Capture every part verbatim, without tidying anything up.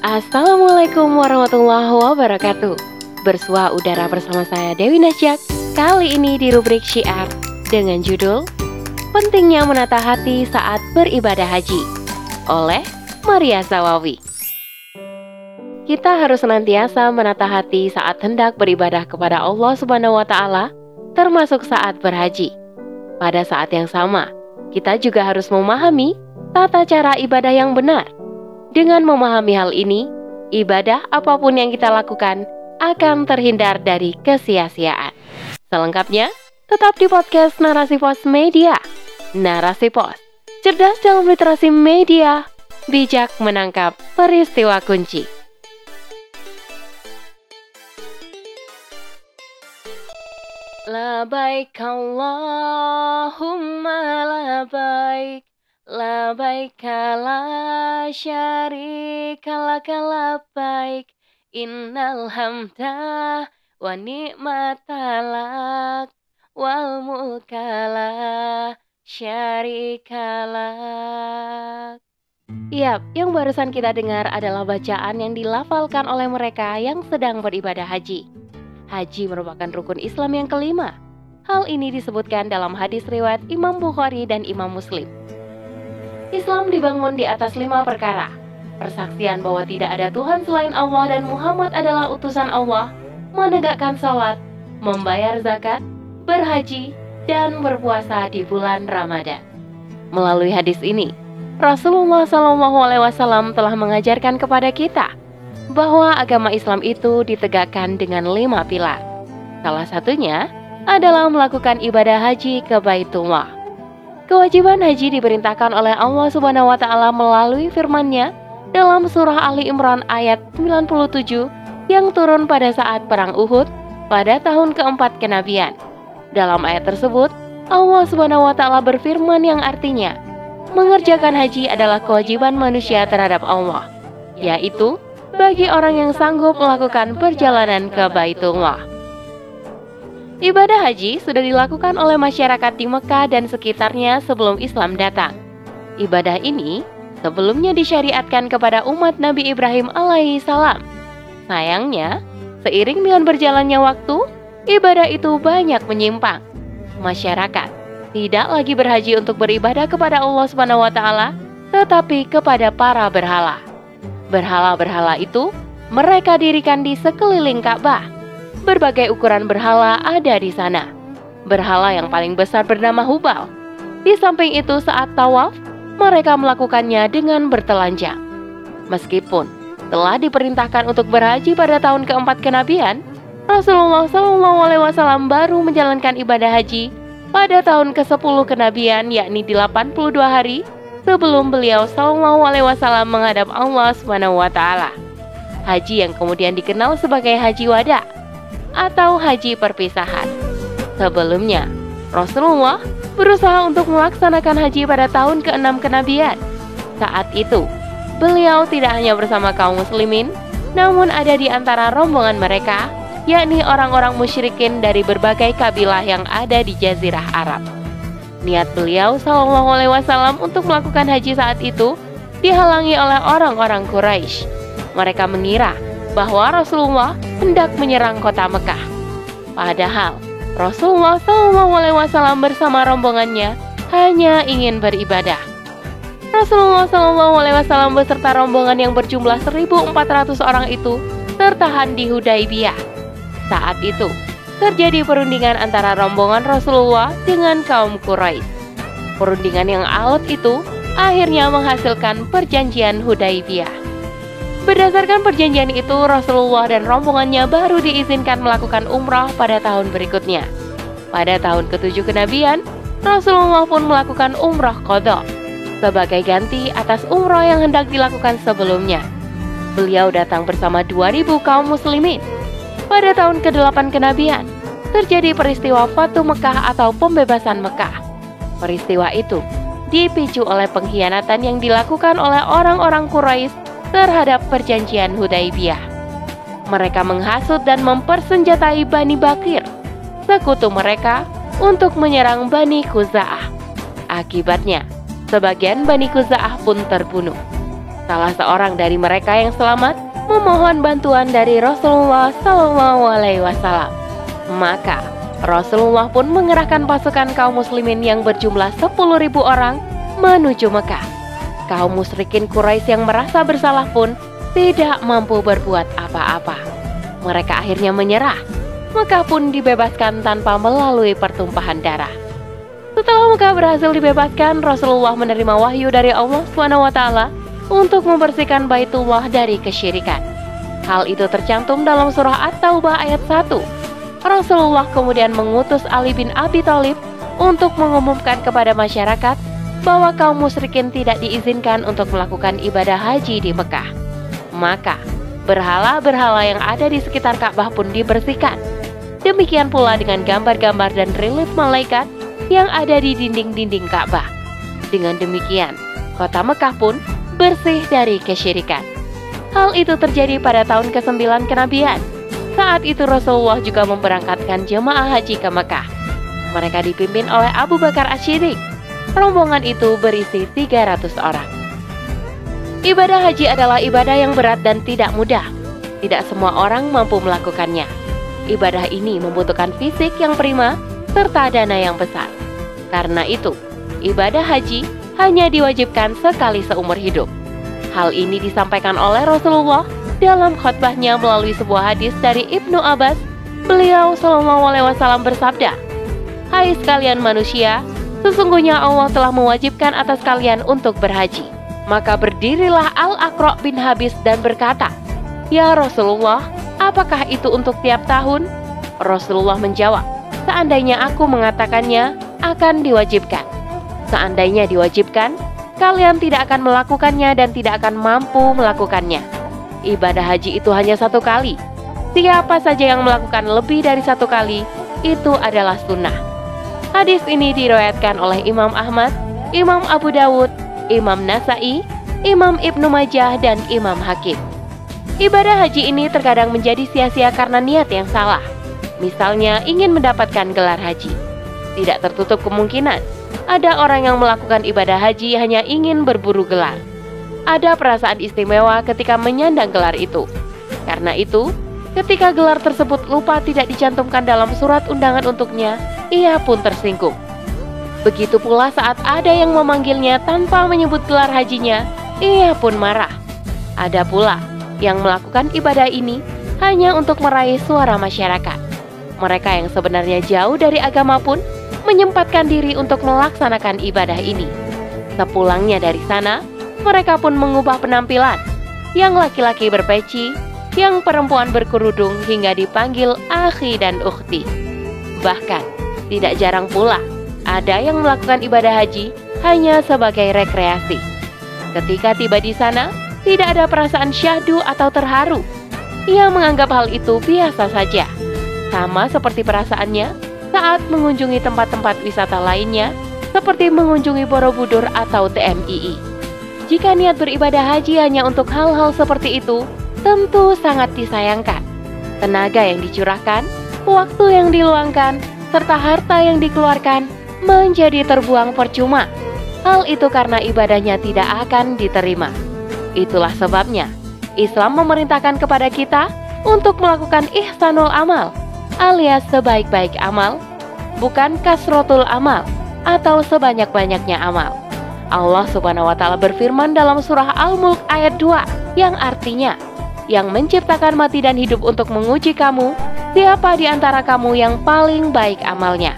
Assalamualaikum warahmatullahi wabarakatuh. Bersua udara bersama saya Dewi Nasjak. Kali ini di rubrik Syiar dengan judul Pentingnya Menata Hati Saat Beribadah Haji oleh Maria Zawawi. Kita harus senantiasa menata hati saat hendak beribadah kepada Allah Subhanahu wa taala, termasuk saat berhaji. Pada saat yang sama, kita juga harus memahami tata cara ibadah yang benar. Dengan memahami hal ini, ibadah apapun yang kita lakukan akan terhindar dari kesia-siaan. Selengkapnya, tetap di podcast Narasi Pos Media. Narasi Pos, cerdas dalam literasi media, bijak menangkap peristiwa kunci. Labaik Allahumma labaik, labaik la syarika laka labaik, innal hamda wa ni'mata lak wal mulka la syarika lak. Yap, yang barusan kita dengar adalah bacaan yang dilafalkan oleh mereka yang sedang beribadah haji. Haji merupakan rukun Islam yang kelima. Hal ini disebutkan dalam hadis riwayat Imam Bukhari dan Imam Muslim. Islam dibangun di atas lima perkara. Persaksian bahwa tidak ada Tuhan selain Allah dan Muhammad adalah utusan Allah, menegakkan salat, membayar zakat, berhaji, dan berpuasa di bulan Ramadan. Melalui hadis ini, Rasulullah shallallahu alaihi wasallam telah mengajarkan kepada kita bahwa agama Islam itu ditegakkan dengan lima pilar. Salah satunya adalah melakukan ibadah haji ke Baitullah. Kewajiban haji diperintahkan oleh Allah Subhanahu wa taala melalui firman-Nya dalam surah Ali Imran ayat sembilan puluh tujuh yang turun pada saat perang Uhud pada tahun keempat kenabian. Dalam ayat tersebut, Allah Subhanahu wa taala berfirman yang artinya, mengerjakan haji adalah kewajiban manusia terhadap Allah, yaitu bagi orang yang sanggup melakukan perjalanan ke Baitullah. Ibadah haji sudah dilakukan oleh masyarakat di Mekah dan sekitarnya sebelum Islam datang. Ibadah ini sebelumnya disyariatkan kepada umat Nabi Ibrahim alaihi salam. Sayangnya, seiring dengan berjalannya waktu, ibadah itu banyak menyimpang. Masyarakat tidak lagi berhaji untuk beribadah kepada Allah Subhanahu wa taala, tetapi kepada para berhala. Berhala-berhala itu mereka dirikan di sekeliling Ka'bah. Berbagai ukuran berhala ada di sana. Berhala yang paling besar bernama Hubal. Di samping itu saat tawaf, mereka melakukannya dengan bertelanjang. Meskipun telah diperintahkan untuk berhaji pada tahun keempat kenabian, Rasulullah shallallahu alaihi wasallam baru menjalankan ibadah haji pada tahun kesepuluh kenabian, yakni delapan puluh dua hari sebelum beliau shallallahu alaihi wasallam menghadap Allah Subhanahu wa taala. Haji yang kemudian dikenal sebagai haji wada atau haji perpisahan. Sebelumnya, Rasulullah berusaha untuk melaksanakan haji pada tahun keenam kenabian. Saat itu, beliau tidak hanya bersama kaum muslimin, namun ada di antara rombongan mereka, yakni orang-orang musyrikin dari berbagai kabilah yang ada di Jazirah Arab. Niat beliau shallallahu alaihi wasallam untuk melakukan haji saat itu dihalangi oleh orang-orang Quraisy. Mereka mengira bahwa Rasulullah hendak menyerang kota Mekah. Padahal Rasulullah shallallahu alaihi wasallam bersama rombongannya hanya ingin beribadah. Rasulullah shallallahu alaihi wasallam beserta rombongan yang berjumlah seribu empat ratus orang itu tertahan di Hudaybiyah. Saat itu terjadi perundingan antara rombongan Rasulullah dengan kaum Quraisy. Perundingan yang alot itu akhirnya menghasilkan perjanjian Hudaybiyah. Berdasarkan perjanjian itu, Rasulullah dan rombongannya baru diizinkan melakukan umrah pada tahun berikutnya. Pada tahun ketujuh kenabian, Rasulullah pun melakukan umrah qadha sebagai ganti atas umrah yang hendak dilakukan sebelumnya. Beliau datang bersama dua ribu kaum muslimin. Pada tahun kedelapan kenabian, terjadi peristiwa Fatu Mekah atau pembebasan Mekah. Peristiwa itu dipicu oleh pengkhianatan yang dilakukan oleh orang-orang Quraisy terhadap perjanjian Hudaybiyah. Mereka menghasut dan mempersenjatai Bani Bakir, sekutu mereka, untuk menyerang Bani Khuza'ah. Akibatnya, sebagian Bani Khuza'ah pun terbunuh. Salah seorang dari mereka yang selamat memohon bantuan dari Rasulullah Shallallahu Alaihi Wasallam. Maka Rasulullah pun mengerahkan pasukan kaum muslimin yang berjumlah sepuluh ribu orang menuju Mekah. Kaum musyrikin Quraisy yang merasa bersalah pun tidak mampu berbuat apa-apa. Mereka akhirnya menyerah. Mekah pun dibebaskan tanpa melalui pertumpahan darah. Setelah Mekah berhasil dibebaskan, Rasulullah menerima wahyu dari Allah subhanahu wa taala untuk membersihkan Baitullah dari kesyirikan. Hal itu tercantum dalam surah At-Taubah ayat satu. Rasulullah kemudian mengutus Ali bin Abi Thalib untuk mengumumkan kepada masyarakat bahwa kaum musyrikin tidak diizinkan untuk melakukan ibadah haji di Mekah. Maka, berhala-berhala yang ada di sekitar Ka'bah pun dibersihkan. Demikian pula dengan gambar-gambar dan relief malaikat yang ada di dinding-dinding Ka'bah. Dengan demikian, kota Mekah pun bersih dari kesyirikan. Hal itu terjadi pada tahun kesembilan kenabian. Saat itu Rasulullah juga memberangkatkan jemaah haji ke Mekah. Mereka dipimpin oleh Abu Bakar Asy-Syiddiq. Rombongan itu berisi tiga ratus orang. Ibadah haji adalah ibadah yang berat dan tidak mudah. Tidak semua orang mampu melakukannya. Ibadah ini membutuhkan fisik yang prima serta dana yang besar. Karena itu, ibadah haji hanya diwajibkan sekali seumur hidup. Hal ini disampaikan oleh Rasulullah dalam khutbahnya melalui sebuah hadis dari Ibnu Abbas. Beliau Shallallahu Alaihi Wasallam bersabda, "Hai sekalian manusia, sesungguhnya Allah telah mewajibkan atas kalian untuk berhaji." Maka berdirilah Al-Aqra' bin Habis dan berkata, "Ya Rasulullah, apakah itu untuk tiap tahun?" Rasulullah menjawab, "Seandainya aku mengatakannya, akan diwajibkan. Seandainya diwajibkan, kalian tidak akan melakukannya dan tidak akan mampu melakukannya. Ibadah haji itu hanya satu kali. Siapa saja yang melakukan lebih dari satu kali, itu adalah sunnah." Hadis ini diriwayatkan oleh Imam Ahmad, Imam Abu Dawud, Imam Nasai, Imam Ibnu Majah, dan Imam Hakim. Ibadah haji ini terkadang menjadi sia-sia karena niat yang salah. Misalnya ingin mendapatkan gelar haji. Tidak tertutup kemungkinan ada orang yang melakukan ibadah haji hanya ingin berburu gelar. Ada perasaan istimewa ketika menyandang gelar itu. Karena itu, ketika gelar tersebut lupa tidak dicantumkan dalam surat undangan untuknya, ia pun tersinggung. Begitu pula saat ada yang memanggilnya tanpa menyebut gelar hajinya, ia pun marah. Ada pula yang melakukan ibadah ini hanya untuk meraih suara masyarakat. Mereka yang sebenarnya jauh dari agama pun menyempatkan diri untuk melaksanakan ibadah ini. Sepulangnya dari sana, mereka pun mengubah penampilan. Yang laki-laki berpeci, yang perempuan berkerudung hingga dipanggil akhi dan ukhti. Bahkan, tidak jarang pula ada yang melakukan ibadah haji hanya sebagai rekreasi. Ketika tiba di sana, tidak ada perasaan syahdu atau terharu. Ia menganggap hal itu biasa saja. Sama seperti perasaannya saat mengunjungi tempat-tempat wisata lainnya, seperti mengunjungi Borobudur atau T M I I. Jika niat beribadah haji hanya untuk hal-hal seperti itu, tentu sangat disayangkan. Tenaga yang dicurahkan, waktu yang diluangkan, serta harta yang dikeluarkan menjadi terbuang percuma. Hal itu karena ibadahnya tidak akan diterima. Itulah sebabnya Islam memerintahkan kepada kita untuk melakukan ihsanul amal, alias sebaik-baik amal, bukan kasrotul amal atau sebanyak-banyaknya amal. Allah subhanahu wa ta'ala berfirman dalam surah Al-Mulk ayat dua, yang artinya, yang menciptakan mati dan hidup untuk menguji kamu, siapa di antara kamu yang paling baik amalnya.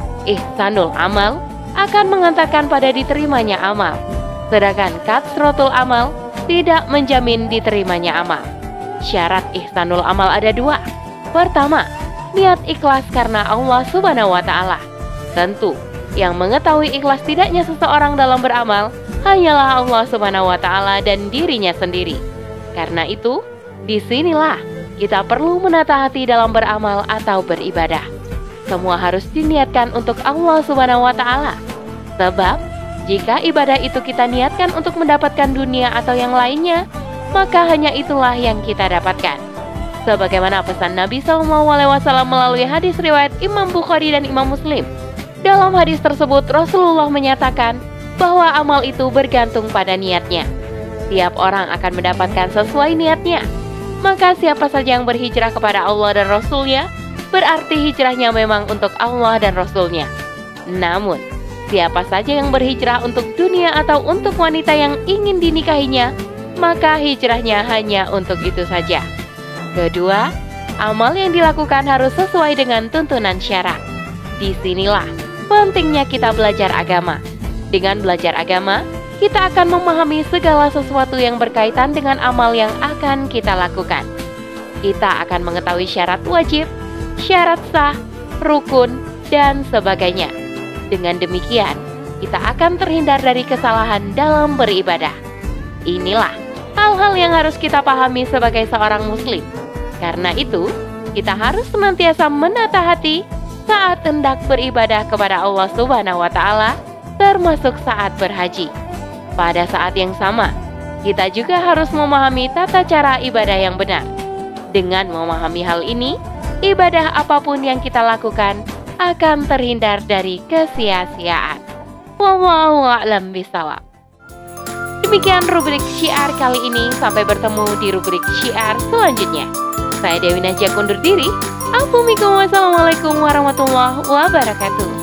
Ihsanul amal akan mengantarkan pada diterimanya amal, sedangkan kasrotul amal tidak menjamin diterimanya amal. Syarat ihsanul amal ada dua. Pertama, niat ikhlas karena Allah subhanahu wa ta'ala. Tentu, yang mengetahui ikhlas tidaknya seseorang dalam beramal hanyalah Allah subhanahu wa ta'ala dan dirinya sendiri. Karena itu, disinilah kita perlu menata hati dalam beramal atau beribadah. Semua harus diniatkan untuk Allah subhanahu wa ta'ala. Sebab, jika ibadah itu kita niatkan untuk mendapatkan dunia atau yang lainnya, maka hanya itulah yang kita dapatkan. Sebagaimana pesan Nabi shallallahu alaihi wasallam melalui hadis riwayat Imam Bukhari dan Imam Muslim. Dalam hadis tersebut, Rasulullah menyatakan bahwa amal itu bergantung pada niatnya. Tiap orang akan mendapatkan sesuai niatnya. Maka siapa saja yang berhijrah kepada Allah dan Rasul-Nya, berarti hijrahnya memang untuk Allah dan Rasul-Nya. Namun, siapa saja yang berhijrah untuk dunia atau untuk wanita yang ingin dinikahinya, maka hijrahnya hanya untuk itu saja. Kedua, amal yang dilakukan harus sesuai dengan tuntunan syara. Disinilah pentingnya kita belajar agama. Dengan belajar agama, kita akan memahami segala sesuatu yang berkaitan dengan amal yang akan kita lakukan. Kita akan mengetahui syarat wajib, syarat sah, rukun, dan sebagainya. Dengan demikian, kita akan terhindar dari kesalahan dalam beribadah. Inilah hal-hal yang harus kita pahami sebagai seorang muslim. Karena itu, kita harus senantiasa menata hati saat hendak beribadah kepada Allah Subhanahu wa Ta'ala, termasuk saat berhaji. Pada saat yang sama, kita juga harus memahami tata cara ibadah yang benar. Dengan memahami hal ini, ibadah apapun yang kita lakukan akan terhindar dari kesia-siaan. Wallahu a'lam bishawab. Demikian rubrik syiar kali ini. Sampai bertemu di rubrik syiar selanjutnya. Saya Dewi Najak undur diri. Assalamualaikum warahmatullahi wabarakatuh.